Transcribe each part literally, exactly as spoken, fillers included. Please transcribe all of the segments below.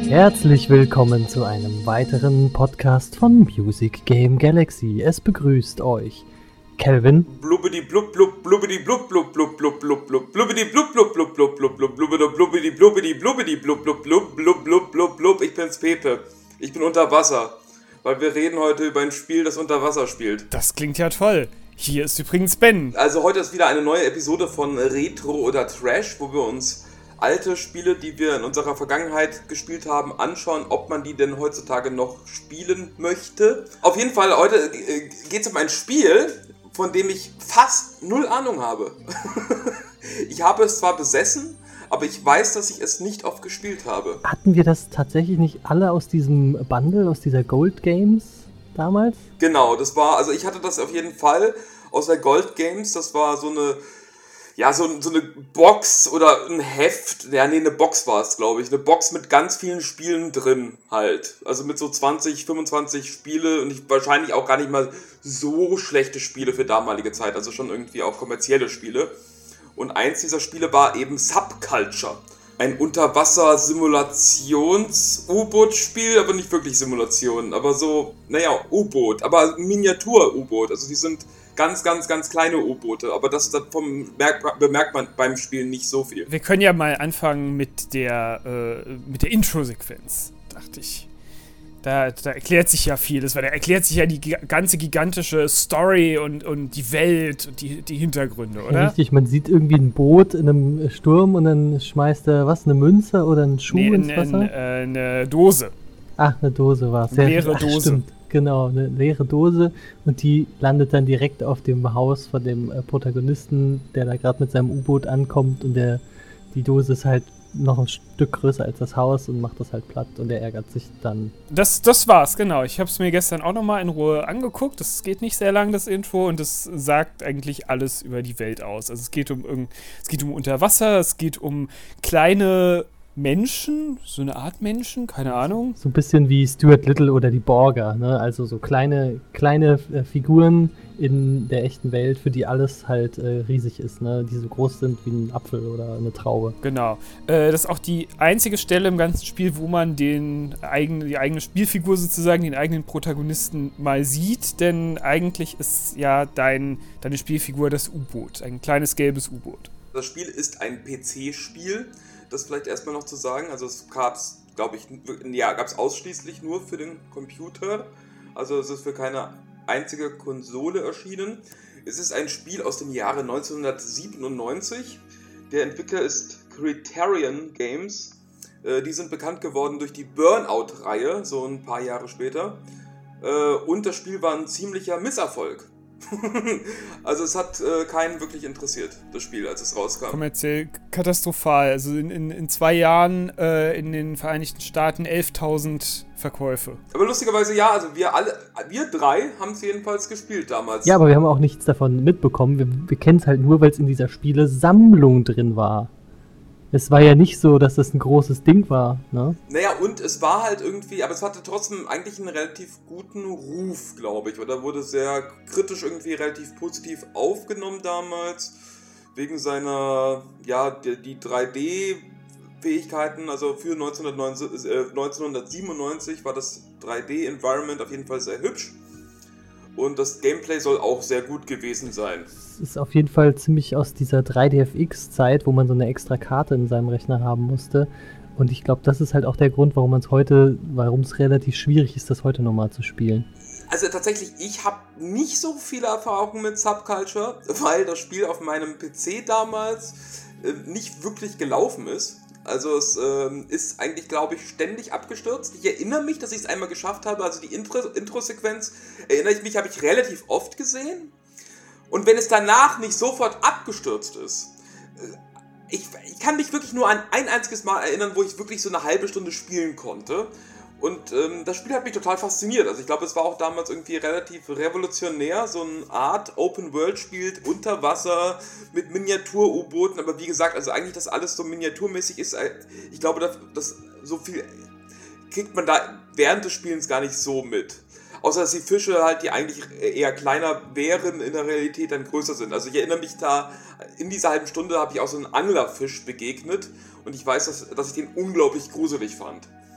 Herzlich willkommen zu einem weiteren Podcast von Music Game Galaxy. Es begrüßt euch Kelvin. Blubbidi blub blub blubbidi blub blub blub blub blub blub blubbidi blub blub blub blub blub blub blubbidi blubbidi blubbidi blubbidi blub blub blub blub blub blub blub. Ich bin's Pepe. Ich bin unter Wasser, weil wir reden heute über ein Spiel, das unter Wasser spielt. Das klingt ja toll. Hier ist übrigens Ben. Also heute ist wieder eine neue Episode von Retro oder Trash, wo wir uns alte Spiele, die wir in unserer Vergangenheit gespielt haben, anschauen, ob man die denn heutzutage noch spielen möchte. Auf jeden Fall, heute geht es um ein Spiel, von dem ich fast null Ahnung habe. Ich habe es zwar besessen, aber ich weiß, dass ich es nicht oft gespielt habe. Hatten wir das tatsächlich nicht alle aus diesem Bundle, aus dieser Gold Games damals? Genau, das war, also ich hatte das auf jeden Fall aus der Gold Games, das war so eine, ja, so, so eine Box oder ein Heft, ja, nee, eine Box war es, glaube ich, eine Box mit ganz vielen Spielen drin halt, also mit so zwanzig, fünfundzwanzig Spiele und ich, wahrscheinlich auch gar nicht mal so schlechte Spiele für damalige Zeit, also schon irgendwie auch kommerzielle Spiele. Und eins dieser Spiele war eben Subculture. Ein Unterwasser-Simulations-U-Boot-Spiel, aber nicht wirklich Simulation, aber so, naja, U-Boot, aber Miniatur-U-Boot. Also die sind ganz, ganz, ganz kleine U-Boote, aber das davon bemerkt man beim Spielen nicht so viel. Wir können ja mal anfangen mit der, äh, mit der Intro-Sequenz, dachte ich. Da, da erklärt sich ja vieles, weil da erklärt sich ja die ganze gigantische Story und, und die Welt und die, die Hintergründe, oder? Ja, richtig, man sieht irgendwie ein Boot in einem Sturm und dann schmeißt er, was, eine Münze oder einen Schuh nee, ins ne, Wasser? Ne, äh, eine Dose. Ach, eine Dose war es. Eine leere Ach, Dose. Stimmt, genau, eine leere Dose und die landet dann direkt auf dem Haus von dem äh, Protagonisten, der da gerade mit seinem U-Boot ankommt und der die Dose ist halt noch ein Stück größer als das Haus und macht das halt platt und er ärgert sich dann. Das, das war's, genau. Ich habe es mir gestern auch nochmal in Ruhe angeguckt. Das geht nicht sehr lang, das Intro, und das sagt eigentlich alles über die Welt aus. Also es geht um irgend, es geht um Unterwasser, es geht um kleine Menschen, so eine Art Menschen, keine Ahnung. So ein bisschen wie Stuart Little oder die Borger, ne? Also so kleine, kleine äh, Figuren in der echten Welt, für die alles halt äh, riesig ist, ne? Die so groß sind wie ein Apfel oder eine Traube. Genau. Äh, das ist auch die einzige Stelle im ganzen Spiel, wo man den eigene, die eigene Spielfigur sozusagen, den eigenen Protagonisten mal sieht, denn eigentlich ist ja dein, deine Spielfigur das U-Boot, ein kleines gelbes U-Boot. Das Spiel ist ein P C-Spiel. Das vielleicht erstmal noch zu sagen, also es gab es, glaube ich, ja, gab es ausschließlich nur für den Computer, also es ist für keine einzige Konsole erschienen. Es ist ein Spiel aus dem Jahre neunzehnhundertsiebenundneunzig, der Entwickler ist Criterion Games, äh, die sind bekannt geworden durch die Burnout-Reihe, so ein paar Jahre später, äh, und das Spiel war ein ziemlicher Misserfolg. Also es hat äh, keinen wirklich interessiert, das Spiel, als es rauskam. Kommerziell katastrophal. Also in, in, in zwei Jahren äh, in den Vereinigten Staaten elftausend Verkäufe. Aber lustigerweise ja, also wir alle, wir drei haben es jedenfalls gespielt damals. Ja, aber wir haben auch nichts davon mitbekommen. Wir, wir kennen es halt nur, weil es in dieser Spiele-Sammlung drin war. Es war ja nicht so, dass das ein großes Ding war, ne? Naja, und es war halt irgendwie, aber es hatte trotzdem eigentlich einen relativ guten Ruf, glaube ich. Oder wurde sehr kritisch irgendwie relativ positiv aufgenommen damals. Wegen seiner, ja, die, die drei D-Fähigkeiten. Also für neunzehnhundertsiebenundneunzig war das drei D-Environment auf jeden Fall sehr hübsch. Und das Gameplay soll auch sehr gut gewesen sein. Es ist auf jeden Fall ziemlich aus dieser drei D F X-Zeit, wo man so eine extra Karte in seinem Rechner haben musste. Und ich glaube, das ist halt auch der Grund, warum man es heute, warum es relativ schwierig ist, das heute nochmal zu spielen. Also tatsächlich, ich habe nicht so viele Erfahrungen mit Subculture, weil das Spiel auf meinem P C damals äh, nicht wirklich gelaufen ist. Also es ähm, ist eigentlich, glaube ich, ständig abgestürzt. Ich erinnere mich, dass ich es einmal geschafft habe. Also die Intro- Intro-Sequenz, erinnere ich mich, habe ich relativ oft gesehen. Und wenn es danach nicht sofort abgestürzt ist, äh, ich, ich kann mich wirklich nur an ein einziges Mal erinnern, wo ich wirklich so eine halbe Stunde spielen konnte. Und ähm, das Spiel hat mich total fasziniert. Also ich glaube, es war auch damals irgendwie relativ revolutionär, so eine Art Open-World-Spiel unter Wasser mit Miniatur-U-Booten. Aber wie gesagt, also eigentlich, dass alles so miniaturmäßig ist, ich glaube, dass, dass so viel kriegt man da während des Spielens gar nicht so mit. Außer dass die Fische halt, die eigentlich eher kleiner wären, in der Realität dann größer sind. Also ich erinnere mich da, in dieser halben Stunde habe ich auch so einen Anglerfisch begegnet und ich weiß, dass, dass ich den unglaublich gruselig fand.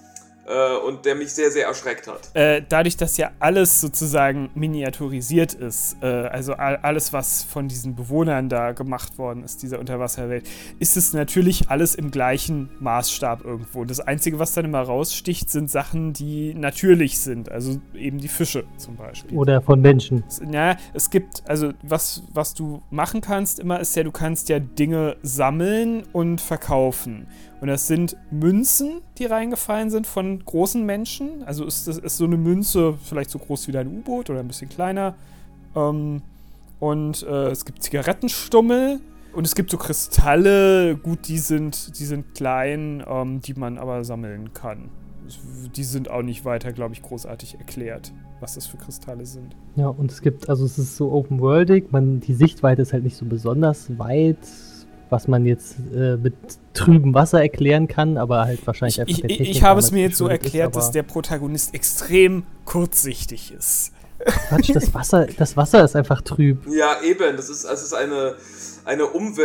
äh, und der mich sehr, sehr erschreckt hat. Äh, dadurch, dass ja alles sozusagen miniaturisiert ist, äh, also all, alles, was von diesen Bewohnern da gemacht worden ist, dieser Unterwasserwelt, ist es natürlich alles im gleichen Maßstab irgendwo. Und das Einzige, was dann immer raussticht, sind Sachen, die natürlich sind, also eben die Fische zum Beispiel. Oder von Menschen. Ja, es gibt, also was, was du machen kannst immer, ist ja, du kannst ja Dinge sammeln und verkaufen. Und das sind Münzen, die reingefallen sind von großen Menschen. Also ist, das, ist so eine Münze vielleicht so groß wie dein U-Boot oder ein bisschen kleiner. Ähm, und äh, es gibt Zigarettenstummel und es gibt so Kristalle. Gut, die sind, die sind klein, ähm, die man aber sammeln kann. Die sind auch nicht weiter, glaube ich, großartig erklärt, was das für Kristalle sind. Ja, und es gibt, also es ist so open-worldig, man, die Sichtweite ist halt nicht so besonders weit, was man jetzt äh, mit trübem Wasser erklären kann, aber halt wahrscheinlich ich, einfach ich, der Technik Ich habe es mir jetzt so geschuldet erklärt, ist, dass der Protagonist extrem kurzsichtig ist. Quatsch, das Wasser, das Wasser ist einfach trüb. Ja, eben, das ist, das ist eine, eine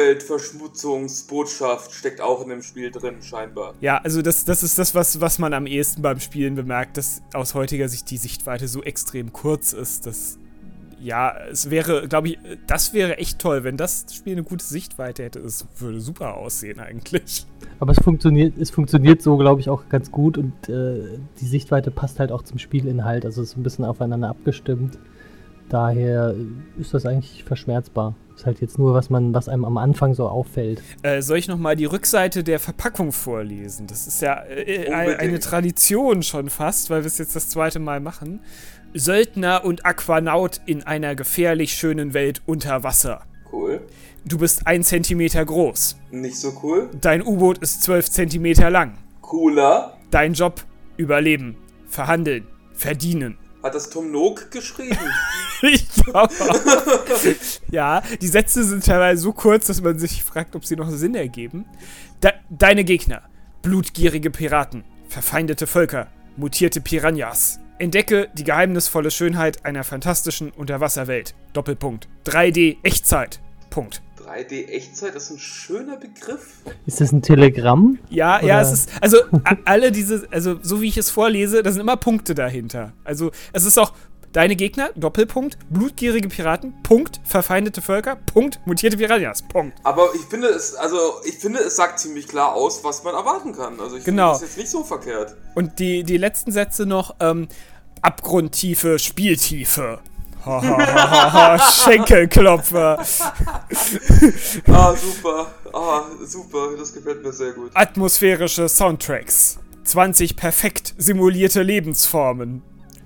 Umweltverschmutzungsbotschaft, steckt auch in dem Spiel drin, scheinbar. Ja, also das, das ist das, was, was man am ehesten beim Spielen bemerkt, dass aus heutiger Sicht die Sichtweite so extrem kurz ist, dass ja, es wäre, glaube ich, das wäre echt toll, wenn das Spiel eine gute Sichtweite hätte. Es würde super aussehen eigentlich. Aber es funktioniert, es funktioniert so, glaube ich, auch ganz gut und äh, die Sichtweite passt halt auch zum Spielinhalt. Also es ist ein bisschen aufeinander abgestimmt. Daher ist das eigentlich verschmerzbar. Ist halt jetzt nur, was man, was einem am Anfang so auffällt. Äh, soll ich nochmal die Rückseite der Verpackung vorlesen? Das ist ja äh, eine Tradition schon fast, weil wir es jetzt das zweite Mal machen. Söldner und Aquanaut in einer gefährlich schönen Welt unter Wasser. Cool. Du bist ein Zentimeter groß. Nicht so cool. Dein U-Boot ist zwölf Zentimeter lang. Cooler. Dein Job, überleben, verhandeln, verdienen. Hat das Tom Nook geschrieben? Ich glaube auch. Ja, die Sätze sind teilweise so kurz, dass man sich fragt, ob sie noch Sinn ergeben. De- deine Gegner, blutgierige Piraten, verfeindete Völker, mutierte Piranhas. Entdecke die geheimnisvolle Schönheit einer fantastischen Unterwasserwelt. Doppelpunkt. drei D Echtzeit. Punkt. drei D Echtzeit ist ein schöner Begriff. Ist das ein Telegramm? Ja, Oder? ja, es ist, also a- alle diese, also so wie ich es vorlese, da sind immer Punkte dahinter. Also es ist auch deine Gegner, Doppelpunkt, blutgierige Piraten, Punkt, verfeindete Völker, Punkt, mutierte Piranhas, Punkt. Aber ich finde es, also ich finde, es sagt ziemlich klar aus, was man erwarten kann. Also ich Genau. finde das jetzt nicht so verkehrt. Und die, die letzten Sätze noch, ähm, Abgrundtiefe, Spieltiefe. Ha, ha, ha, ha, ha, Schenkelklopfer. Ah, super. Ah, super. Das gefällt mir sehr gut. Atmosphärische Soundtracks. zwanzig perfekt simulierte Lebensformen.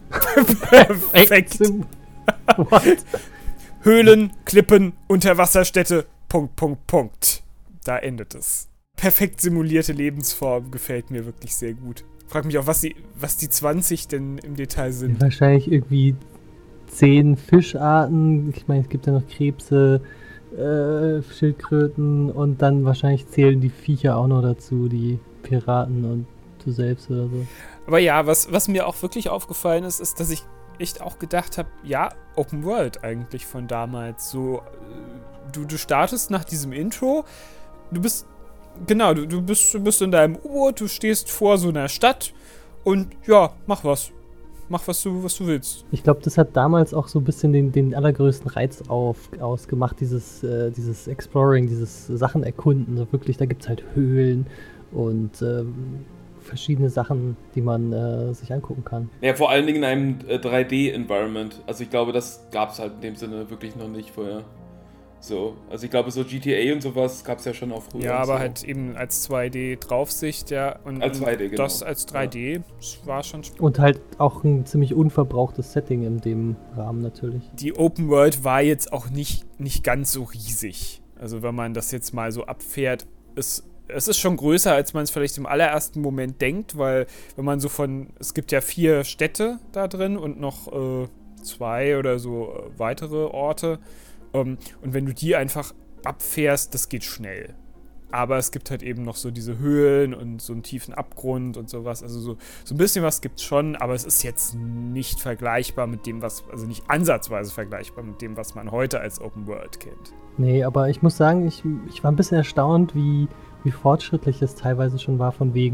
Perfekt. What? Höhlen, Klippen, Unterwasserstädte, Punkt, Punkt, Punkt. Da endet es. Perfekt simulierte Lebensform gefällt mir wirklich sehr gut. Frag mich auch, was die, was die zwanzig denn im Detail sind. Wahrscheinlich irgendwie zehn Fischarten. Ich meine, es gibt ja noch Krebse, äh, Schildkröten und dann wahrscheinlich zählen die Viecher auch noch dazu, die Piraten und du selbst oder so. Aber ja, was, was mir auch wirklich aufgefallen ist, ist, dass ich echt auch gedacht habe, ja, Open World eigentlich von damals. So, äh, du, du startest nach diesem Intro, du bist, genau, du, du, bist, du bist in deinem U-Boot, du stehst vor so einer Stadt und ja, mach was. Mach, was du, was du willst. Ich glaube, das hat damals auch so ein bisschen den, den allergrößten Reiz auf, ausgemacht, dieses, äh, dieses Exploring, dieses Sachen erkunden. So wirklich, da gibt es halt Höhlen und ähm, verschiedene Sachen, die man äh, sich angucken kann. Ja, vor allen Dingen in einem äh, drei D-Environment. Also ich glaube, das gab es halt in dem Sinne wirklich noch nicht vorher. So, also ich glaube, so G T A und sowas gab es ja schon auch früher. Ja, aber so. halt eben als zwei D-Draufsicht, ja. Und Als zwei D, genau. Das als drei D, ja. Das war schon... Und halt auch ein ziemlich unverbrauchtes Setting in dem Rahmen natürlich. Die Open World war jetzt auch nicht, nicht ganz so riesig. Also wenn man das jetzt mal so abfährt, ist... Es ist schon größer, als man es vielleicht im allerersten Moment denkt, weil wenn man so von, es gibt ja vier Städte da drin und noch äh, zwei oder so äh, weitere Orte. Ähm, und wenn du die einfach abfährst, das geht schnell. Aber es gibt halt eben noch so diese Höhlen und so einen tiefen Abgrund und sowas. Also so, so ein bisschen was gibt's schon, aber es ist jetzt nicht vergleichbar mit dem, was, also nicht ansatzweise vergleichbar mit dem, was man heute als Open World kennt. Nee, aber ich muss sagen, ich, ich war ein bisschen erstaunt, wie, wie fortschrittlich es teilweise schon war, von wegen,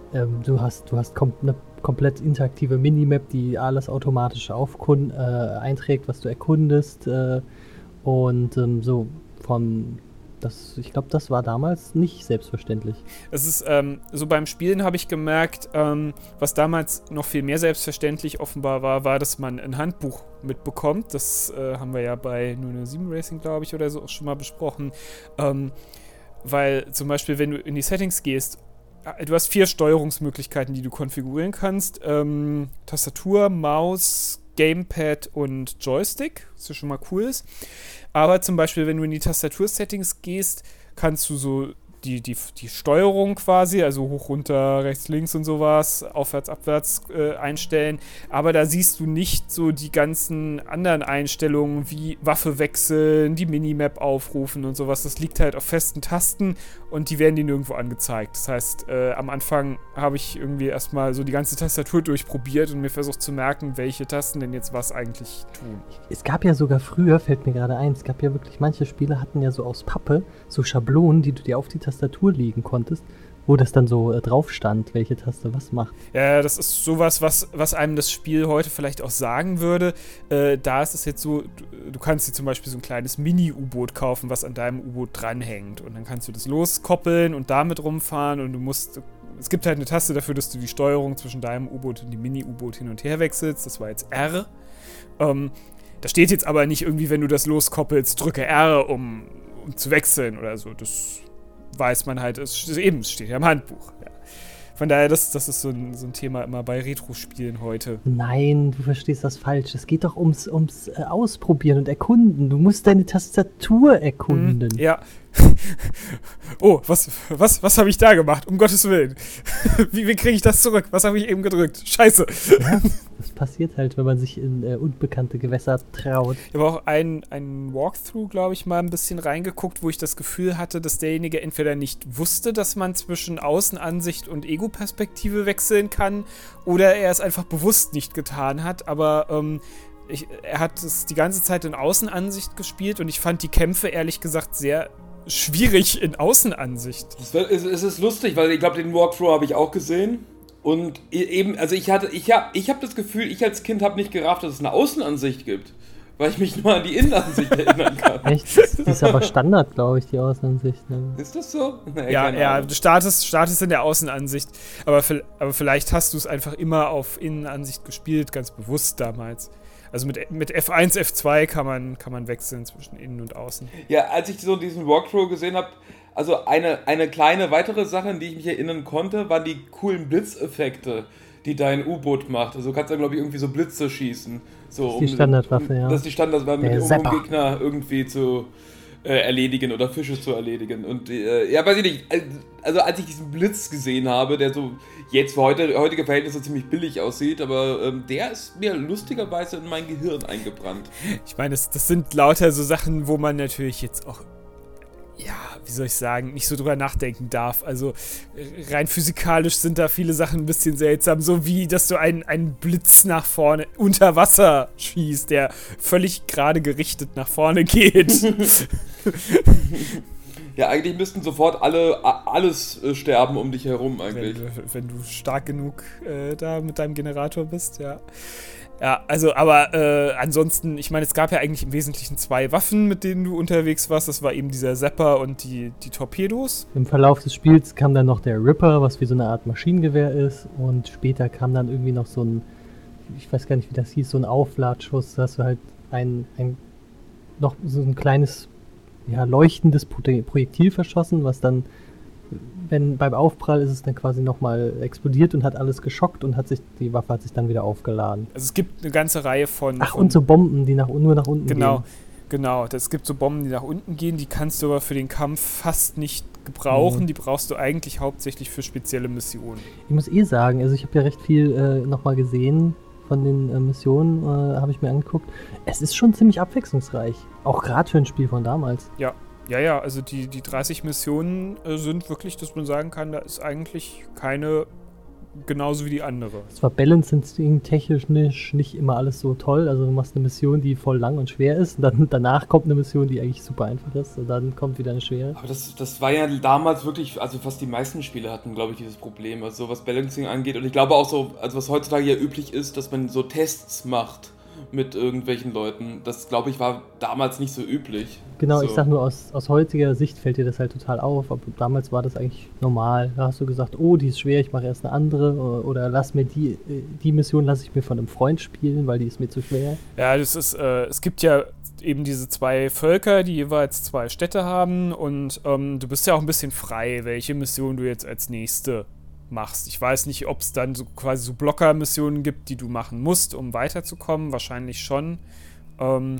ähm, du hast, du hast kom- eine komplett interaktive Minimap, die alles automatisch aufkund- äh, einträgt, was du erkundest. Äh, und ähm, so von... Das, ich glaube, das war damals nicht selbstverständlich. Es ist, ähm, so beim Spielen habe ich gemerkt, ähm, was damals noch viel mehr selbstverständlich offenbar war, war, dass man ein Handbuch mitbekommt. Das äh, haben wir ja bei null null sieben Racing, glaube ich, oder so auch schon mal besprochen. Ähm, weil zum Beispiel, wenn du in die Settings gehst, du hast vier Steuerungsmöglichkeiten, die du konfigurieren kannst. Ähm, Tastatur, Maus, Gamepad und Joystick, was ja schon mal cool ist. Aber zum Beispiel, wenn du in die Tastatur-Settings gehst, kannst du so die, die, die Steuerung quasi, also hoch, runter, rechts, links und sowas, aufwärts, abwärts äh, einstellen. Aber da siehst du nicht so die ganzen anderen Einstellungen wie Waffe wechseln, die Minimap aufrufen und sowas. Das liegt halt auf festen Tasten und die werden dir nirgendwo angezeigt. Das heißt, äh, am Anfang habe ich irgendwie erstmal so die ganze Tastatur durchprobiert und mir versucht zu merken, welche Tasten denn jetzt was eigentlich tun. Es gab ja sogar früher, fällt mir gerade ein, es gab ja wirklich, manche Spiele hatten ja so aus Pappe so Schablonen, die du dir auf die Tastatur legen konntest, wo das dann so äh, drauf stand, welche Taste was macht. Ja, das ist sowas, was, was einem das Spiel heute vielleicht auch sagen würde. Äh, da ist es jetzt so, du, du kannst dir zum Beispiel so ein kleines Mini-U-Boot kaufen, was an deinem U-Boot dranhängt. Und dann kannst du das loskoppeln und damit rumfahren und du musst... Es gibt halt eine Taste dafür, dass du die Steuerung zwischen deinem U-Boot und dem Mini-U-Boot hin und her wechselst. Das war jetzt R. Ähm, da steht jetzt aber nicht irgendwie, wenn du das loskoppelst, drücke R, um, um zu wechseln oder so. Das weiß man halt, es eben, es steht ja im Handbuch. Ja. Von daher, das, das ist so ein, so ein Thema immer bei Retro-Spielen heute. Nein, du verstehst das falsch. Es geht doch ums, ums äh, Ausprobieren und Erkunden. Du musst deine Tastatur erkunden. Hm, ja. Oh, was, was, was habe ich da gemacht? Um Gottes Willen. Wie, wie kriege ich das zurück? Was habe ich eben gedrückt? Scheiße. Ja, das passiert halt, wenn man sich in äh, unbekannte Gewässer traut. Ich habe auch einen, einen Walkthrough, glaube ich, mal ein bisschen reingeguckt, wo ich das Gefühl hatte, dass derjenige entweder nicht wusste, dass man zwischen Außenansicht und Ego-Perspektive wechseln kann, oder er es einfach bewusst nicht getan hat, aber ähm, ich, er hat es die ganze Zeit in Außenansicht gespielt und ich fand die Kämpfe ehrlich gesagt sehr schwierig in Außenansicht. Es ist lustig, weil ich glaube, den Walkthrough habe ich auch gesehen. Und eben, also ich hatte, ich habe ich hab das Gefühl, ich als Kind habe nicht gerafft, dass es eine Außenansicht gibt. Weil ich mich nur an die Innenansicht erinnern kann. Echt? Das ist aber Standard, glaube ich, die Außenansicht. Ne? Ist das so? Nee, ja, ja, du startest, startest in der Außenansicht. Aber, aber vielleicht hast du es einfach immer auf Innenansicht gespielt, ganz bewusst damals. Also mit, mit F eins, F zwei kann man, kann man wechseln zwischen Innen und Außen. Ja, als ich so diesen Walkthrough gesehen habe, also eine, eine kleine weitere Sache, an die ich mich erinnern konnte, waren die coolen Blitzeffekte, die dein U-Boot macht. Also du kannst dann, glaube ich, irgendwie so Blitze schießen. So, das ist die um, Standardwaffe, ja. Das ist die Standardwaffe, Der um einen Gegner irgendwie zu äh, erledigen oder Fische zu erledigen. Und äh, ja, weiß ich nicht, also als ich diesen Blitz gesehen habe, der so jetzt für heute, heutige Verhältnisse ziemlich billig aussieht, aber ähm, der ist mir lustigerweise in mein Gehirn eingebrannt. Ich meine, das, das sind lauter so Sachen, wo man natürlich jetzt auch, ja, wie soll ich sagen, nicht so drüber nachdenken darf. Also rein physikalisch sind da viele Sachen ein bisschen seltsam, so wie, dass du einen, einen Blitz nach vorne unter Wasser schießt, der völlig gerade gerichtet nach vorne geht. Ja, eigentlich müssten sofort alle alles äh, sterben um dich herum eigentlich. Wenn du, wenn du stark genug äh, da mit deinem Generator bist, ja. Ja, also, aber äh, ansonsten, ich meine, es gab ja eigentlich im Wesentlichen zwei Waffen, mit denen du unterwegs warst. Das war eben dieser Zapper und die, die Torpedos. Im Verlauf des Spiels kam dann noch der Ripper, was wie so eine Art Maschinengewehr ist. Und später kam dann irgendwie noch so ein, ich weiß gar nicht, wie das hieß, so ein Aufladschuss, dass du halt ein, ein noch so ein kleines, ja, leuchtendes Projektil verschossen, was dann, wenn beim Aufprall ist es dann quasi nochmal explodiert und hat alles geschockt und hat sich, die Waffe hat sich dann wieder aufgeladen. Also es gibt eine ganze Reihe von... Ach, von, und so Bomben, die nach, nur nach unten genau, gehen. Genau, genau. Es gibt so Bomben, die nach unten gehen, die kannst du aber für den Kampf fast nicht gebrauchen. Mhm. Die brauchst du eigentlich hauptsächlich für spezielle Missionen. Ich muss eh sagen, also ich habe ja recht viel äh, nochmal gesehen von den äh, Missionen, äh, habe ich mir angeguckt. Es ist schon ziemlich abwechslungsreich. Auch gerade für ein Spiel von damals. Ja, ja, ja. Also die, die dreißig Missionen äh, sind wirklich, dass man sagen kann, da ist eigentlich keine genauso wie die andere. Es war Balancing technisch nicht immer alles so toll. Also du machst eine Mission, die voll lang und schwer ist. Und dann danach kommt eine Mission, die eigentlich super einfach ist. Und dann kommt wieder eine schwere. Aber das, das war ja damals wirklich, also fast die meisten Spiele hatten, glaube ich, dieses Problem, also so was Balancing angeht. Und ich glaube auch so, also was heutzutage ja üblich ist, dass man so Tests macht mit irgendwelchen Leuten. Das, glaube ich, war damals nicht so üblich. Genau, so. Ich sag nur, aus, aus heutiger Sicht fällt dir das halt total auf, aber damals war das eigentlich normal. Da hast du gesagt, oh, die ist schwer, ich mache erst eine andere, oder, oder lass mir die, die Mission lasse ich mir von einem Freund spielen, weil die ist mir zu schwer. Ja, das ist, äh, es gibt ja eben diese zwei Völker, die jeweils zwei Städte haben und ähm, du bist ja auch ein bisschen frei, welche Mission du jetzt als nächste machst. Ich weiß nicht, ob es dann so quasi so Blocker-Missionen gibt, die du machen musst, um weiterzukommen. Wahrscheinlich schon. Ähm,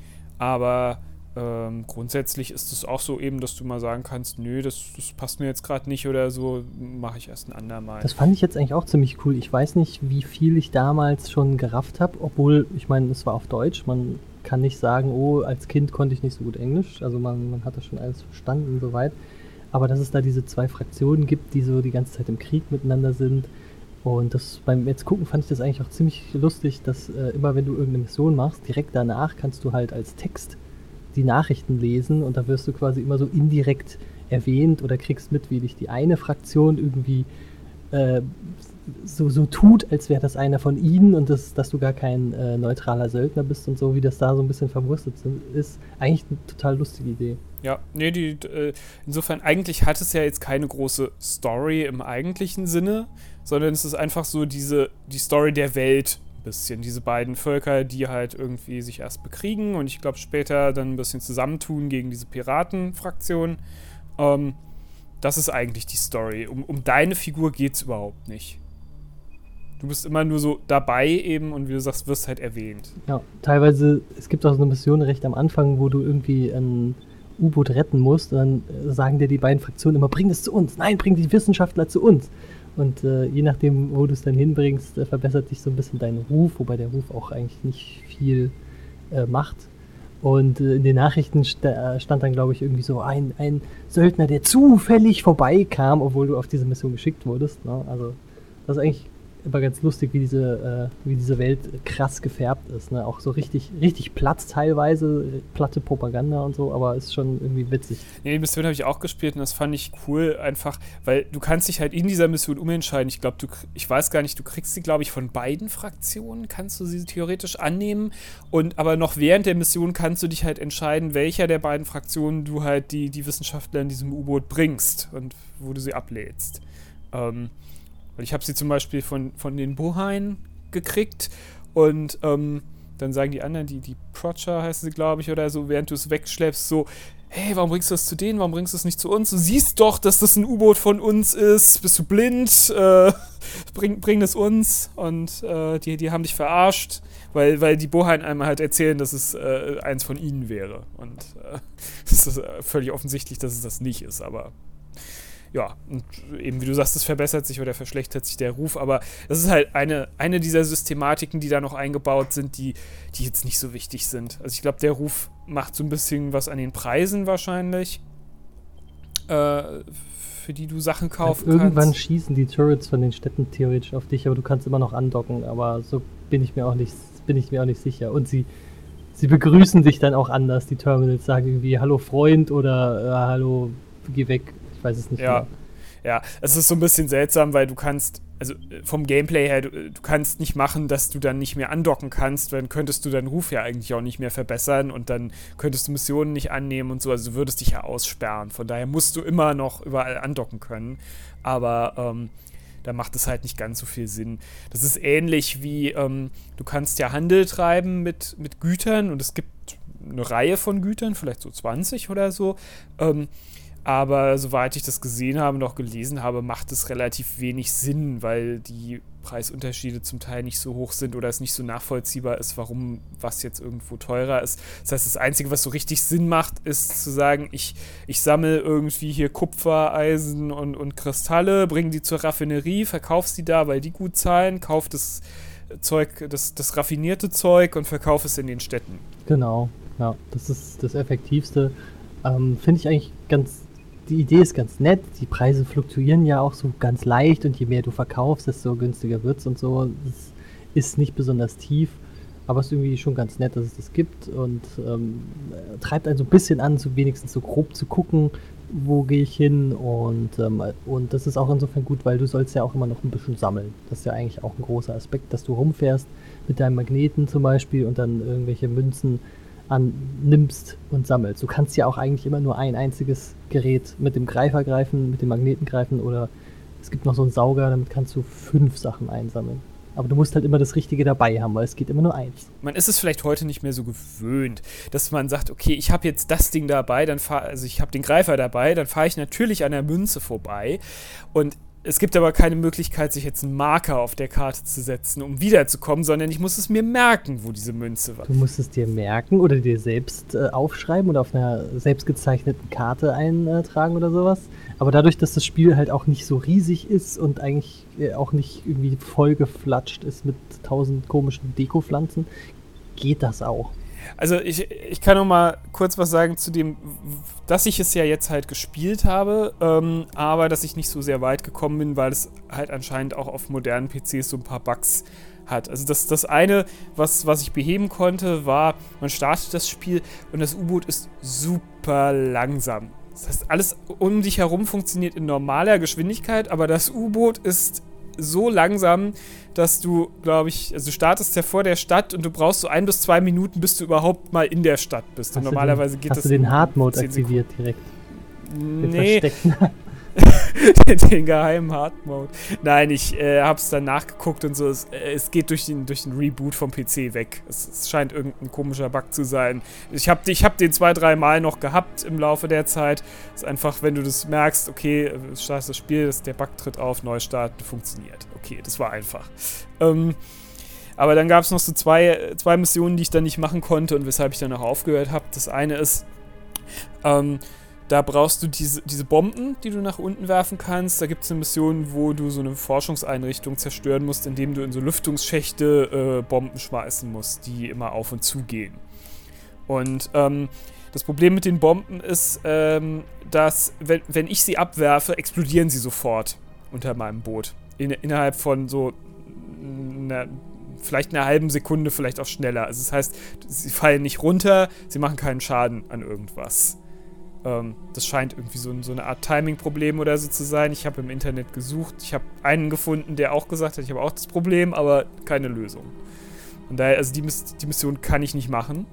aber ähm, grundsätzlich ist es auch so eben, dass du mal sagen kannst, nö, das, das passt mir jetzt gerade nicht oder so, mache ich erst ein andermal. Das fand ich jetzt eigentlich auch ziemlich cool. Ich weiß nicht, wie viel ich damals schon gerafft habe, obwohl, ich meine, es war auf Deutsch. Man kann nicht sagen, oh, als Kind konnte ich nicht so gut Englisch. Also man, man hat das schon alles verstanden und so weit. Aber dass es da diese zwei Fraktionen gibt, die so die ganze Zeit im Krieg miteinander sind. Und das beim jetzt gucken fand ich das eigentlich auch ziemlich lustig, dass äh, immer wenn du irgendeine Mission machst, direkt danach kannst du halt als Text die Nachrichten lesen und da wirst du quasi immer so indirekt erwähnt oder kriegst mit, wie dich die eine Fraktion irgendwie äh, so, so tut, als wäre das einer von ihnen und das, dass du gar kein äh, neutraler Söldner bist und so, wie das da so ein bisschen verwurstet ist. Eigentlich eine total lustige Idee. Ja, nee, die, äh, insofern, eigentlich hat es ja jetzt keine große Story im eigentlichen Sinne, sondern es ist einfach so diese, die Story der Welt ein bisschen. Diese beiden Völker, die halt irgendwie sich erst bekriegen und ich glaube später dann ein bisschen zusammentun gegen diese Piratenfraktion. Ähm, das ist eigentlich die Story. Um, um deine Figur geht's überhaupt nicht. Du bist immer nur so dabei eben und wie du sagst, wirst halt erwähnt. Ja, teilweise, es gibt auch so eine Mission recht am Anfang, wo du irgendwie ein U-Boot retten musst und dann äh, sagen dir die beiden Fraktionen immer, bring es zu uns, nein, bring die Wissenschaftler zu uns. Und äh, je nachdem, wo du es dann hinbringst, äh, verbessert sich so ein bisschen dein Ruf, wobei der Ruf auch eigentlich nicht viel äh, macht. Und äh, in den Nachrichten st- äh, stand dann, glaube ich, irgendwie so ein, ein Söldner, der zufällig vorbeikam, obwohl du auf diese Mission geschickt wurdest. Ne? Also das ist eigentlich immer ganz lustig, wie diese, äh, wie diese Welt krass gefärbt ist. Ne? Auch so richtig, richtig platt teilweise, platte Propaganda und so, aber ist schon irgendwie witzig. Nee, die Mission habe ich auch gespielt und das fand ich cool, einfach, weil du kannst dich halt in dieser Mission umentscheiden. Ich glaube, du, ich weiß gar nicht, du kriegst sie, glaube ich, von beiden Fraktionen, kannst du sie theoretisch annehmen und aber noch während der Mission kannst du dich halt entscheiden, welcher der beiden Fraktionen du halt die, die Wissenschaftler in diesem U-Boot bringst und wo du sie ablädst. Ähm, Weil ich habe sie zum Beispiel von, von den Bohain gekriegt und ähm, dann sagen die anderen, die, die Procher heißen sie, glaube ich, oder so, während du es wegschleppst, so, hey, warum bringst du das zu denen, warum bringst du es nicht zu uns? Du siehst doch, dass das ein U-Boot von uns ist, bist du blind, äh, bring, bring das uns und äh, die, die haben dich verarscht, weil, weil die Bohain einmal halt erzählen, dass es äh, eins von ihnen wäre und äh, es ist äh, völlig offensichtlich, dass es das nicht ist, aber ja, und eben wie du sagst, es verbessert sich oder verschlechtert sich der Ruf, aber das ist halt eine, eine dieser Systematiken, die da noch eingebaut sind, die, die jetzt nicht so wichtig sind. Also ich glaube, der Ruf macht so ein bisschen was an den Preisen wahrscheinlich, äh, für die du Sachen kaufen also irgendwann kannst. Schießen die Turrets von den Städten theoretisch auf dich, aber du kannst immer noch andocken, aber so bin ich mir auch nicht, bin ich mir auch nicht sicher. Und sie, sie begrüßen dich dann auch anders, die Terminals sagen irgendwie Hallo Freund oder äh, Hallo, geh weg. Ich weiß es nicht Ja, mehr. ja, es ist so ein bisschen seltsam, weil du kannst, also vom Gameplay her, du, du kannst nicht machen, dass du dann nicht mehr andocken kannst, weil dann könntest du deinen Ruf ja eigentlich auch nicht mehr verbessern und dann könntest du Missionen nicht annehmen und so, also du würdest dich ja aussperren. Von daher musst du immer noch überall andocken können, aber ähm, da macht es halt nicht ganz so viel Sinn. Das ist ähnlich wie, ähm, du kannst ja Handel treiben mit, mit Gütern und es gibt eine Reihe von Gütern, vielleicht so zwanzig oder so, ähm, aber soweit ich das gesehen habe und auch gelesen habe, macht es relativ wenig Sinn, weil die Preisunterschiede zum Teil nicht so hoch sind oder es nicht so nachvollziehbar ist, warum was jetzt irgendwo teurer ist. Das heißt, das Einzige, was so richtig Sinn macht, ist zu sagen, ich, ich sammle irgendwie hier Kupfer, Eisen und, und Kristalle, bringe die zur Raffinerie, verkauf sie da, weil die gut zahlen, kauf das Zeug, das, das raffinierte Zeug und verkauf es in den Städten. Genau, ja, das ist das Effektivste. Ähm, finde ich eigentlich ganz die Idee ist ganz nett, die Preise fluktuieren ja auch so ganz leicht und je mehr du verkaufst, desto günstiger wird's und so. Es ist nicht besonders tief, aber es ist irgendwie schon ganz nett, dass es das gibt und ähm, treibt einen so ein bisschen an, so wenigstens so grob zu gucken, wo gehe ich hin und, ähm, und das ist auch insofern gut, weil du sollst ja auch immer noch ein bisschen sammeln. Das ist ja eigentlich auch ein großer Aspekt, dass du rumfährst mit deinem Magneten zum Beispiel und dann irgendwelche Münzen annimmst und sammelst. Du kannst ja auch eigentlich immer nur ein einziges Gerät mit dem Greifer greifen, mit dem Magneten greifen oder es gibt noch so einen Sauger, damit kannst du fünf Sachen einsammeln. Aber du musst halt immer das Richtige dabei haben, weil es geht immer nur eins. Man ist es vielleicht heute nicht mehr so gewöhnt, dass man sagt, okay, ich habe jetzt das Ding dabei, dann fahr, also ich habe den Greifer dabei, dann fahre ich natürlich an der Münze vorbei und es gibt aber keine Möglichkeit, sich jetzt einen Marker auf der Karte zu setzen, um wiederzukommen, sondern ich muss es mir merken, wo diese Münze war. Du musst es dir merken oder dir selbst äh, aufschreiben oder auf einer selbst gezeichneten Karte eintragen oder sowas. Aber dadurch, dass das Spiel halt auch nicht so riesig ist und eigentlich äh, auch nicht irgendwie vollgeflatscht ist mit tausend komischen Dekopflanzen, geht das auch. Also ich, ich kann noch mal kurz was sagen zu dem, dass ich es ja jetzt halt gespielt habe, ähm, aber dass ich nicht so sehr weit gekommen bin, weil es halt anscheinend auch auf modernen P Cs so ein paar Bugs hat. Also das, das eine, was, was ich beheben konnte, war, man startet das Spiel und das U-Boot ist super langsam. Das heißt, alles um dich herum funktioniert in normaler Geschwindigkeit, aber das U-Boot ist so langsam, dass du, glaube ich, also du startest ja vor der Stadt und du brauchst so ein bis zwei Minuten, bis du überhaupt mal in der Stadt bist. Und normalerweise den, geht hast das. Hast du den Hard-Mode aktiviert direkt? Den nee. Den geheimen Hard-Mode. Nein, ich äh, hab's dann nachgeguckt und so. Es, äh, es geht durch den, durch den Reboot vom P C weg. Es, es scheint irgendein komischer Bug zu sein. Ich hab, ich hab den zwei, drei Mal noch gehabt im Laufe der Zeit. Es ist einfach, wenn du das merkst, okay, du startest das Spiel, das, der Bug tritt auf, neu starten, funktioniert. Okay, das war einfach. Ähm, aber dann gab es noch so zwei, zwei Missionen, die ich dann nicht machen konnte und weshalb ich dann auch aufgehört habe. Das eine ist, ähm, da brauchst du diese, diese Bomben, die du nach unten werfen kannst. Da gibt es eine Mission, wo du so eine Forschungseinrichtung zerstören musst, indem du in so Lüftungsschächte äh, Bomben schmeißen musst, die immer auf und zu gehen. Und ähm, das Problem mit den Bomben ist, ähm, dass, wenn, wenn ich sie abwerfe, explodieren sie sofort unter meinem Boot. In, innerhalb von so einer, vielleicht einer halben Sekunde, vielleicht auch schneller. Also das heißt, sie fallen nicht runter, sie machen keinen Schaden an irgendwas. Das scheint irgendwie so, so eine Art Timing-Problem oder so zu sein. Ich habe im Internet gesucht. Ich habe einen gefunden, der auch gesagt hat, ich habe auch das Problem, aber keine Lösung. Von daher, also die, die Mission kann ich nicht machen.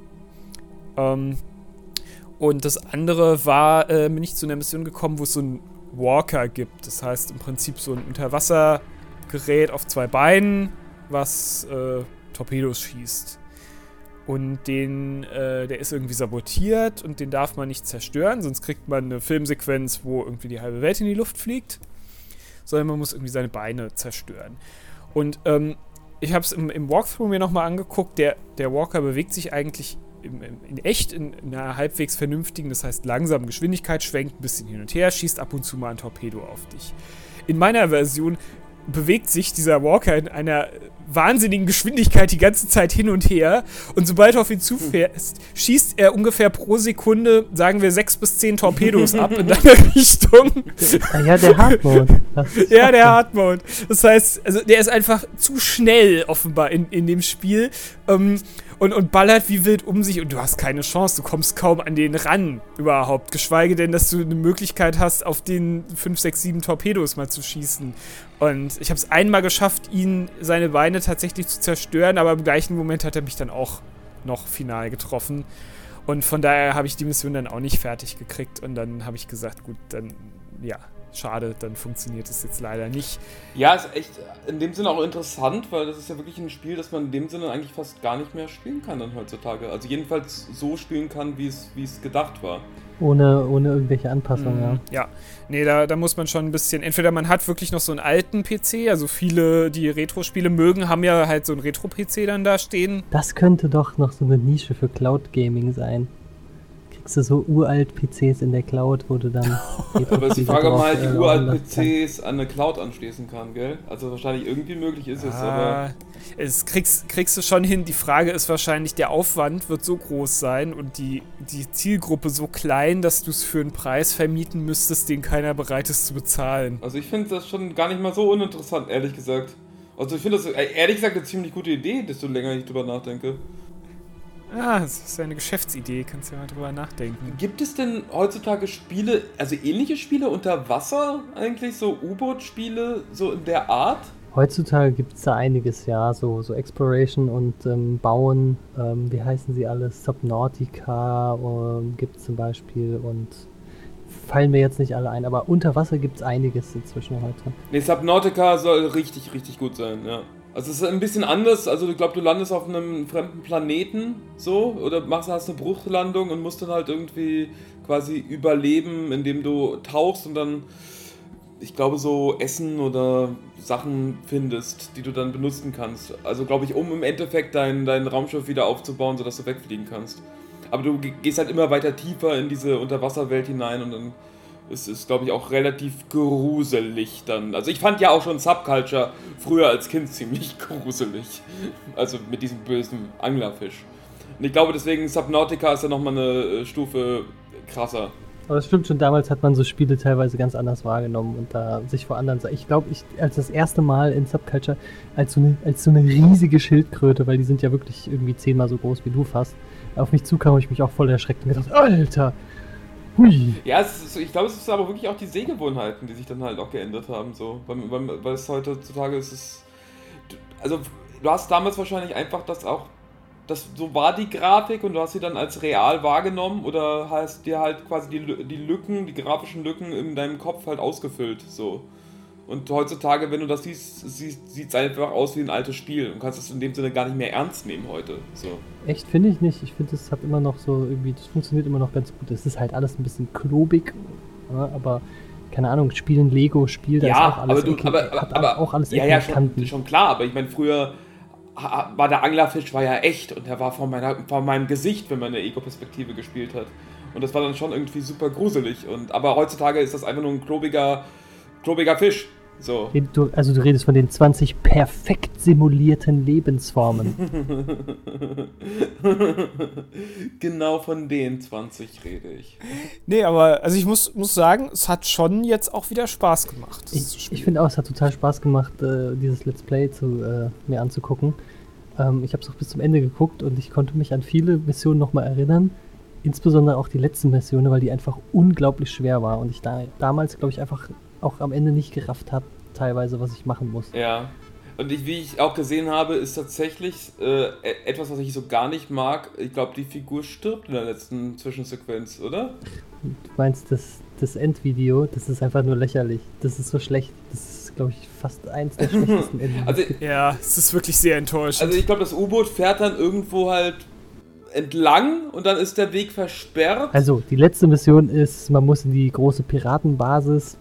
Ähm, und das andere war, äh, bin ich zu einer Mission gekommen, wo es so einen Walker gibt. Das heißt im Prinzip so ein Unterwassergerät auf zwei Beinen, was äh, Torpedos schießt. Und den, äh, der ist irgendwie sabotiert und den darf man nicht zerstören, sonst kriegt man eine Filmsequenz, wo irgendwie die halbe Welt in die Luft fliegt. Sondern man muss irgendwie seine Beine zerstören. Und ähm, ich habe es im, im Walkthrough mir nochmal angeguckt, der, der Walker bewegt sich eigentlich im, im, in echt in, in einer halbwegs vernünftigen, das heißt langsamen Geschwindigkeit, schwenkt ein bisschen hin und her, schießt ab und zu mal ein Torpedo auf dich. In meiner Version bewegt sich dieser Walker in einer wahnsinnigen Geschwindigkeit die ganze Zeit hin und her und sobald du auf ihn zufährst, schießt er ungefähr pro Sekunde, sagen wir, sechs bis zehn Torpedos ab in deine Richtung. Ja, der Hard-Mode. Ja, der Hard-Mode. Das heißt, also der ist einfach zu schnell offenbar in, in dem Spiel ähm, und, und ballert wie wild um sich und du hast keine Chance, du kommst kaum an den ran überhaupt, geschweige denn, dass du eine Möglichkeit hast, auf den fünf, sechs, sieben Torpedos mal zu schießen. Und ich habe es einmal geschafft, ihn, seine Beine tatsächlich zu zerstören, aber im gleichen Moment hat er mich dann auch noch final getroffen. Und von daher habe ich die Mission dann auch nicht fertig gekriegt. Und dann habe ich gesagt, gut, dann, ja, schade, dann funktioniert es jetzt leider nicht. Ja, ist echt in dem Sinne auch interessant, weil das ist ja wirklich ein Spiel, das man in dem Sinne eigentlich fast gar nicht mehr spielen kann dann heutzutage. Also jedenfalls so spielen kann, wie es, wie es gedacht war. Ohne, ohne irgendwelche Anpassungen, mm, ja. Ja, nee, da, da muss man schon ein bisschen, entweder man hat wirklich noch so einen alten P C, also viele, die Retro-Spiele mögen, haben ja halt so einen Retro-P C dann da stehen. Das könnte doch noch so eine Nische für Cloud-Gaming sein. kriegst du so uralt P Cs in der Cloud, wo du dann... Aber ist die Frage, ob man halt die äh, uralten P Cs an eine Cloud anschließen kann, gell? Also wahrscheinlich irgendwie möglich ist es, Ah, aber... Es kriegst, kriegst du schon hin. Die Frage ist wahrscheinlich, der Aufwand wird so groß sein und die, die Zielgruppe so klein, dass du es für einen Preis vermieten müsstest, den keiner bereit ist zu bezahlen. Also ich finde das schon gar nicht mal so uninteressant, ehrlich gesagt. Also ich finde das ehrlich gesagt eine ziemlich gute Idee, desto länger ich drüber nachdenke. Ja, das ist ja eine Geschäftsidee, kannst ja mal drüber nachdenken. Gibt es denn heutzutage Spiele, also ähnliche Spiele unter Wasser eigentlich, so U-Boot-Spiele, so in der Art? Heutzutage gibt es da einiges, ja, so, so Exploration und ähm, Bauen, ähm, wie heißen sie alle? Subnautica ähm, gibt es zum Beispiel und fallen mir jetzt nicht alle ein, aber unter Wasser gibt es einiges inzwischen heute. Ne, Subnautica soll richtig, richtig gut sein, ja. Also es ist ein bisschen anders, also ich glaube, du landest auf einem fremden Planeten, so, oder machst, hast eine Bruchlandung und musst dann halt irgendwie quasi überleben, indem du tauchst und dann, ich glaube, so Essen oder Sachen findest, die du dann benutzen kannst. Also glaube ich, um im Endeffekt dein, dein Raumschiff wieder aufzubauen, sodass du wegfliegen kannst. Aber du gehst halt immer weiter tiefer in diese Unterwasserwelt hinein und dann ist es, glaube ich, auch relativ gruselig dann. Also ich fand ja auch schon Subculture früher als Kind ziemlich gruselig. Also mit diesem bösen Anglerfisch. Und ich glaube deswegen, Subnautica ist ja nochmal eine Stufe krasser. Aber das stimmt schon, damals hat man so Spiele teilweise ganz anders wahrgenommen und da sich vor anderen... Ich glaube, ich als das erste Mal in Subculture als so, eine, als so eine riesige Schildkröte, weil die sind ja wirklich irgendwie zehnmal so groß wie du fast, auf mich zukam, habe ich mich auch voll erschreckt und gedacht, Alter, hui. Ja, es ist, ich glaube, es ist aber wirklich auch die Sehgewohnheiten, die sich dann halt auch geändert haben, so. Weil, weil, weil es heutzutage ist, es, also du hast damals wahrscheinlich einfach das auch, das, so war die Grafik und du hast sie dann als real wahrgenommen oder hast dir halt quasi die, die Lücken, die grafischen Lücken in deinem Kopf halt ausgefüllt, so. Und heutzutage, wenn du das siehst, sieht es einfach aus wie ein altes Spiel und kannst es in dem Sinne gar nicht mehr ernst nehmen heute. So. Echt, finde ich nicht. Ich finde, es hat immer noch so irgendwie, das funktioniert immer noch ganz gut. Es ist halt alles ein bisschen klobig, ja, aber keine Ahnung, spielen Lego-Spiel, da ja, ist auch alles aber du, Ecken, aber, aber, hat aber, auch alles ja, Ecken ja, und schon, Kanten. schon klar, aber ich meine, früher war der Anglerfisch war ja echt und der war vor, meiner, vor meinem Gesicht, wenn man eine Ego-Perspektive gespielt hat. Und das war dann schon irgendwie super gruselig. Und, aber heutzutage ist das einfach nur ein klobiger, klobiger Fisch. So. Du, also du redest von den zwanzig perfekt simulierten Lebensformen. Genau von den zwanzig rede ich. Nee, aber also ich muss, muss sagen, es hat schon jetzt auch wieder Spaß gemacht. Ich, ich finde auch, es hat total Spaß gemacht, äh, dieses Let's Play zu, äh, mir anzugucken. Ähm, ich habe es auch bis zum Ende geguckt und ich konnte mich an viele Missionen nochmal erinnern. Insbesondere auch die letzten Missionen, weil die einfach unglaublich schwer war und ich da damals, glaube ich, einfach auch am Ende nicht gerafft habe, teilweise, was ich machen muss. Ja, und ich, wie ich auch gesehen habe, ist tatsächlich äh, etwas, was ich so gar nicht mag. Ich glaube, die Figur stirbt in der letzten Zwischensequenz, oder? Du meinst, das, das Endvideo, das ist einfach nur lächerlich. Das ist so schlecht. Das ist, glaube ich, fast eins der schlechtesten Enden. Also, ja, es ist wirklich sehr enttäuschend. Also ich glaube, das U-Boot fährt dann irgendwo halt entlang und dann ist der Weg versperrt. Also, die letzte Mission ist, man muss in die große Piratenbasis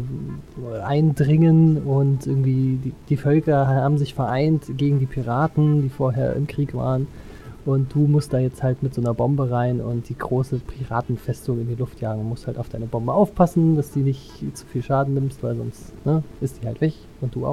eindringen und irgendwie die, die Völker haben sich vereint gegen die Piraten, die vorher im Krieg waren. Und du musst da jetzt halt mit so einer Bombe rein und die große Piratenfestung in die Luft jagen. Du musst halt auf deine Bombe aufpassen, dass die nicht zu viel Schaden nimmst, weil sonst ne, ist die halt weg und du auch.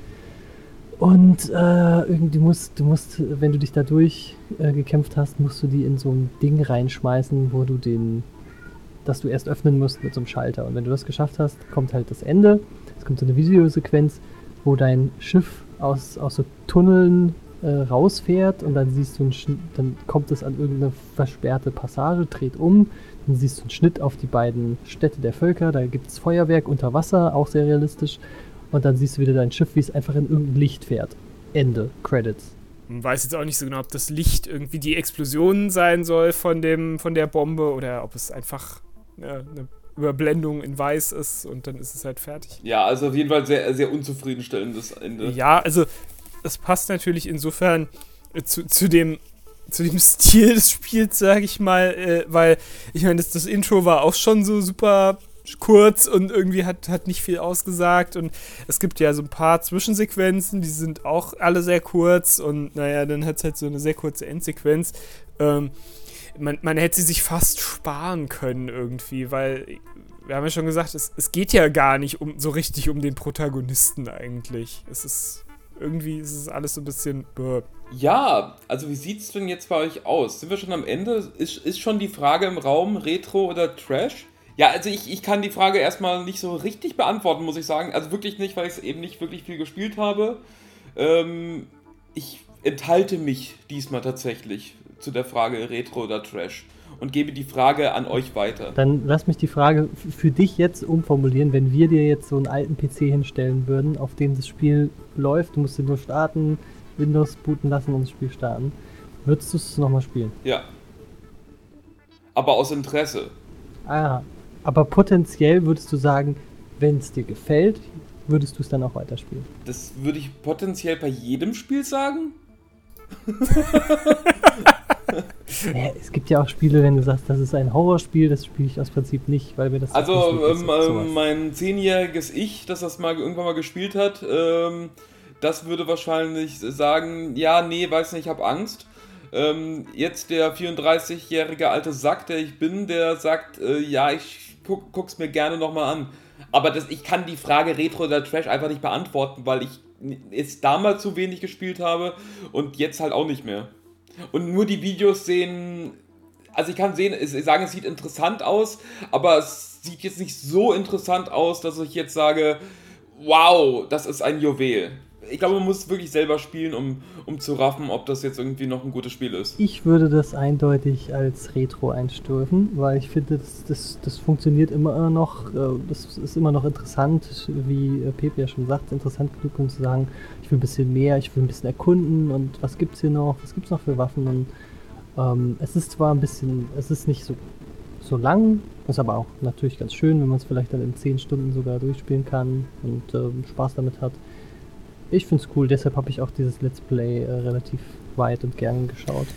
Und äh, irgendwie musst du musst, wenn du dich da durch äh, gekämpft hast, musst du die in so ein Ding reinschmeißen, wo du den, das du erst öffnen musst mit so einem Schalter. Und wenn du das geschafft hast, kommt halt das Ende. Es kommt so eine Videosequenz, wo dein Schiff aus, aus so Tunneln äh, rausfährt und dann siehst du einen Schn- dann kommt es an irgendeine versperrte Passage, dreht um, dann siehst du einen Schnitt auf die beiden Städte der Völker, da gibt es Feuerwerk unter Wasser, auch sehr realistisch. Und dann siehst du wieder dein Schiff, wie es einfach in irgendein Licht fährt. Ende. Credits. Man weiß jetzt auch nicht so genau, ob das Licht irgendwie die Explosion sein soll von, dem, von der Bombe oder ob es einfach ja, eine Überblendung in weiß ist und dann ist es halt fertig. Ja, also auf jeden Fall sehr, sehr unzufriedenstellendes Ende. Ja, also das passt natürlich insofern äh, zu, zu dem zu dem Stil des Spiels, sage ich mal, äh, weil ich meine, das, das Intro war auch schon so super kurz und irgendwie hat, hat nicht viel ausgesagt und es gibt ja so ein paar Zwischensequenzen, die sind auch alle sehr kurz und naja, dann hat es halt so eine sehr kurze Endsequenz. Ähm, man, man hätte sie sich fast sparen können irgendwie, weil wir haben ja schon gesagt, es, es geht ja gar nicht um so richtig um den Protagonisten eigentlich. Es ist irgendwie ist es alles so ein bisschen. Bäh. Ja, also wie sieht's denn jetzt bei euch aus? Sind wir schon am Ende? Ist, ist schon die Frage im Raum Retro oder Trash? Ja, also ich, ich kann die Frage erstmal nicht so richtig beantworten, muss ich sagen. Also wirklich nicht, weil ich es eben nicht wirklich viel gespielt habe. Ähm, ich enthalte mich diesmal tatsächlich zu der Frage Retro oder Trash und gebe die Frage an euch weiter. Dann lass mich die Frage f- für dich jetzt umformulieren. Wenn wir dir jetzt so einen alten P C hinstellen würden, auf dem das Spiel läuft, du musst ihn nur starten, Windows booten lassen und das Spiel starten, würdest du es nochmal spielen? Ja. Aber aus Interesse. Ah, aber potenziell würdest du sagen, wenn es dir gefällt, würdest du es dann auch weiterspielen? Das würde ich potenziell bei jedem Spiel sagen. Ja, es gibt ja auch Spiele, wenn du sagst, das ist ein Horrorspiel, das spiele ich aus Prinzip nicht, weil wir das... Also nicht wirklich ähm, so- ähm, mein zehnjähriges Ich, das das mal irgendwann mal gespielt hat, ähm, das würde wahrscheinlich sagen, ja, nee, weiß nicht, ich habe Angst. Ähm, jetzt der vierunddreißigjährige alte Sack, der ich bin, der sagt, äh, ja, ich guck, guck's mir gerne nochmal an. Aber das, ich kann die Frage Retro oder Trash einfach nicht beantworten, weil ich es damals zu wenig gespielt habe und jetzt halt auch nicht mehr. Und nur die Videos sehen, also ich kann sehen, es- sagen, es sieht interessant aus, aber es sieht jetzt nicht so interessant aus, dass ich jetzt sage, wow, das ist ein Juwel. Ich glaube, man muss es wirklich selber spielen, um, um zu raffen, ob das jetzt irgendwie noch ein gutes Spiel ist. Ich würde das eindeutig als Retro einstufen, weil ich finde, das, das, das funktioniert immer noch, äh, das ist immer noch interessant, wie äh, Pepe ja schon sagt, interessant genug, um zu sagen, ich will ein bisschen mehr, ich will ein bisschen erkunden und was gibt's hier noch, was gibt's noch für Waffen und ähm, es ist zwar ein bisschen, es ist nicht so, so lang, ist aber auch natürlich ganz schön, wenn man es vielleicht dann in zehn Stunden sogar durchspielen kann und ähm, Spaß damit hat. Ich finde es cool, deshalb habe ich auch dieses Let's Play äh, relativ weit und gern geschaut.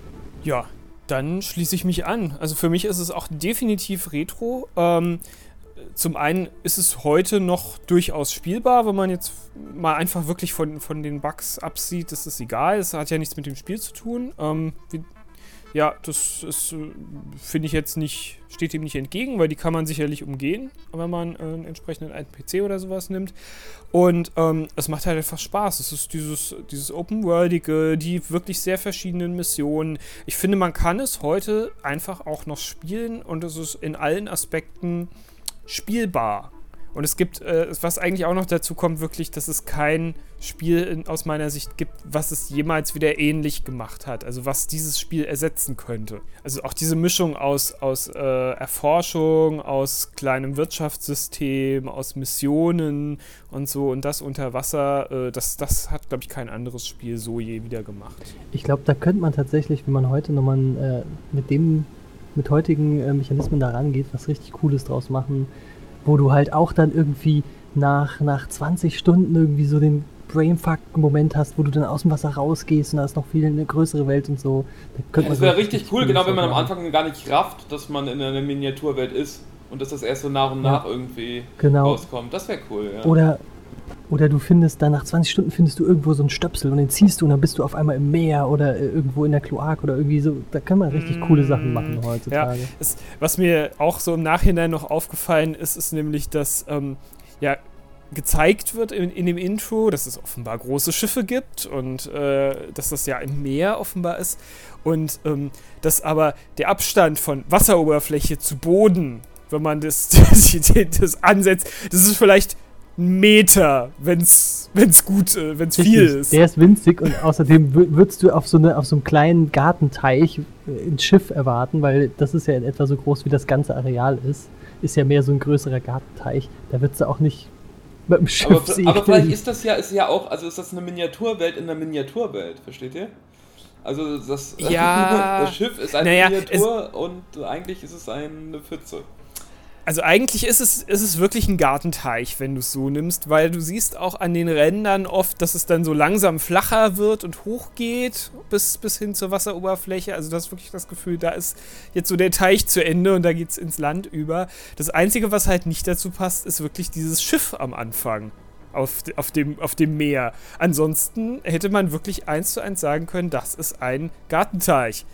Ja, dann schließe ich mich an. Also für mich ist es auch definitiv Retro. Ähm, zum einen ist es heute noch durchaus spielbar, wenn man jetzt mal einfach wirklich von, von den Bugs absieht, ist es egal. Es hat ja nichts mit dem Spiel zu tun. Ähm, wie, ja, das ist, äh, finde ich jetzt nicht, steht dem nicht entgegen, weil die kann man sicherlich umgehen, wenn man äh, einen entsprechenden alten P C oder sowas nimmt. Und ähm, es macht halt einfach Spaß. Es ist dieses, dieses Open-Worldige, die wirklich sehr verschiedenen Missionen. Ich finde, man kann es heute einfach auch noch spielen und es ist in allen Aspekten spielbar. Und es gibt, äh, was eigentlich auch noch dazu kommt, wirklich, dass es kein Spiel in, aus meiner Sicht gibt, was es jemals wieder ähnlich gemacht hat. Also was dieses Spiel ersetzen könnte. Also auch diese Mischung aus, aus äh, Erforschung, aus kleinem Wirtschaftssystem, aus Missionen und so und das unter Wasser, äh, das, das hat, glaube ich, kein anderes Spiel so je wieder gemacht. Ich glaube, da könnte man tatsächlich, wenn man heute nochmal äh, mit dem, mit heutigen äh, Mechanismen da rangeht, was richtig Cooles draus machen, wo du halt auch dann irgendwie nach, nach zwanzig Stunden irgendwie so den Brainfuck-Moment hast, wo du dann aus dem Wasser rausgehst und da ist noch viel eine größere Welt und so. Da könnte man Das wäre so richtig cool, Cooles genau, wenn man am draus machen. Anfang gar nicht rafft, dass man in einer Miniaturwelt ist und dass das erst so nach und Ja. nach irgendwie Genau. rauskommt. Das wäre cool, ja. Oder, oder du findest dann nach zwanzig Stunden findest du irgendwo so einen Stöpsel und den ziehst du und dann bist du auf einmal im Meer oder äh, irgendwo in der Kloak oder irgendwie so. Da kann man richtig coole Sachen machen heutzutage. Ja, es, was mir auch so im Nachhinein noch aufgefallen ist, ist nämlich, dass ähm, ja, gezeigt wird in, in dem Intro, dass es offenbar große Schiffe gibt und äh, dass das ja im Meer offenbar ist und ähm, dass aber der Abstand von Wasseroberfläche zu Boden, wenn man das, das, das ansetzt, das ist vielleicht ein Meter, wenn es gut, äh, wenn es viel Richtig, ist. Der ist winzig und außerdem wür- würdest du auf so, eine, auf so einem kleinen Gartenteich äh, ein Schiff erwarten, weil das ist ja in etwa so groß wie das ganze Areal ist. Ist ja mehr so ein größerer Gartenteich. Da würdest du auch nicht mit dem Schiff Aber, segeln. aber vielleicht ist das ja, ist ja auch, also ist das eine Miniaturwelt in der Miniaturwelt, versteht ihr? Also das, Ja. das Schiff ist eine Naja, Miniatur und eigentlich ist es eine Pfütze. Also eigentlich ist es, ist es wirklich ein Gartenteich, wenn du es so nimmst, weil du siehst auch an den Rändern oft, dass es dann so langsam flacher wird und hochgeht bis, bis hin zur Wasseroberfläche. Also du hast wirklich das Gefühl, da ist jetzt so der Teich zu Ende und da geht es ins Land über. Das Einzige, was halt nicht dazu passt, ist wirklich dieses Schiff am Anfang auf, auf, dem, auf dem Meer. Ansonsten hätte man wirklich eins zu eins sagen können, das ist ein Gartenteich.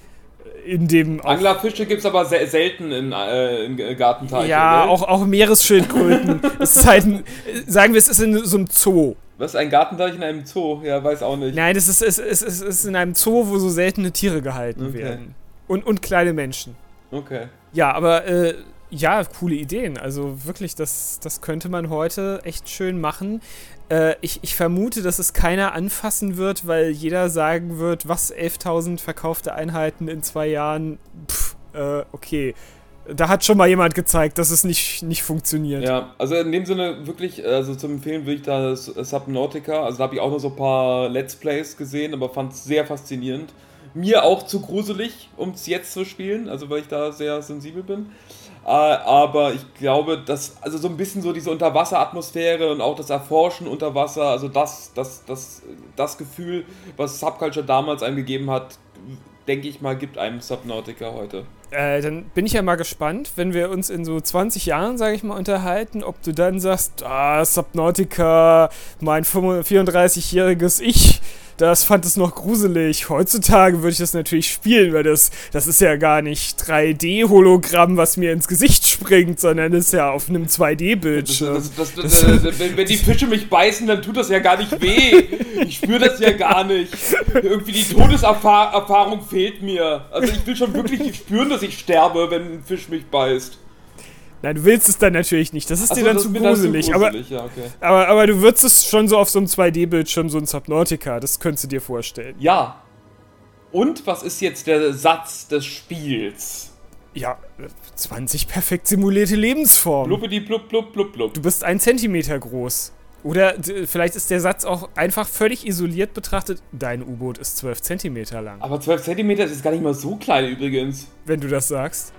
in dem... Anglerfische gibt es aber se- selten in, äh, in Gartenteichen. Ja, ne? auch, auch Meeresschildkröten. Es ist halt ein, sagen wir, es ist in so einem Zoo. Was, ein Gartenteich in einem Zoo? Ja, weiß auch nicht. Nein, es ist, es ist, es ist in einem Zoo, wo so seltene Tiere gehalten Okay. werden. Und, und kleine Menschen. Okay. Ja, aber äh, ja, coole Ideen. Also wirklich, das, das könnte man heute echt schön machen. Äh, ich, ich vermute, dass es keiner anfassen wird, weil jeder sagen wird, was, elftausend verkaufte Einheiten in zwei Jahren? Pff, äh, okay. Da hat schon mal jemand gezeigt, dass es nicht, nicht funktioniert. Ja, also in dem Sinne wirklich, also zum Empfehlen will ich da Subnautica, also da habe ich auch noch so ein paar Let's Plays gesehen, aber fand es sehr faszinierend. Mir auch zu gruselig, um es jetzt zu spielen, also weil ich da sehr sensibel bin. Äh, aber ich glaube, dass, also so ein bisschen so diese Unterwasseratmosphäre und auch das Erforschen unter Wasser, also das, das, das, das Gefühl, was Subculture damals einem gegeben hat, denke ich mal, gibt einem Subnautica heute. Äh, dann bin ich ja mal gespannt, wenn wir uns in so zwanzig Jahren, sage ich mal, unterhalten, ob du dann sagst, ah, Subnautica, mein vierunddreißigjähriges Ich, das fand es noch gruselig. Heutzutage würde ich das natürlich spielen, weil das, das ist ja gar nicht drei D-Hologramm, was mir ins Gesicht springt, sondern ist ja auf einem zwei D-Bildschirm. Das, das, das, das, das, wenn, wenn die Fische mich beißen, dann tut das ja gar nicht weh. Ich spüre das ja gar nicht. Irgendwie die Todeserfahrung fehlt mir. Also ich will schon wirklich spüren, dass ich sterbe, wenn ein Fisch mich beißt. Nein, du willst es dann natürlich nicht. Das ist Ach dir so, dann das zu ist mir dann zu gruselig. gruselig, aber, ja, okay. aber, aber du würdest es schon so auf so einem zwei D-Bildschirm, so ein Subnautica, das könntest du dir vorstellen. Ja. Und was ist jetzt der Satz des Spiels? Ja, zwanzig perfekt simulierte Lebensformen. Blubbidi blub blub blub blub. Du bist ein Zentimeter groß. Oder d- vielleicht ist der Satz auch einfach völlig isoliert betrachtet, dein U-Boot ist zwölf Zentimeter lang. Aber zwölf Zentimeter ist jetzt gar nicht mal so klein übrigens. Wenn du das sagst.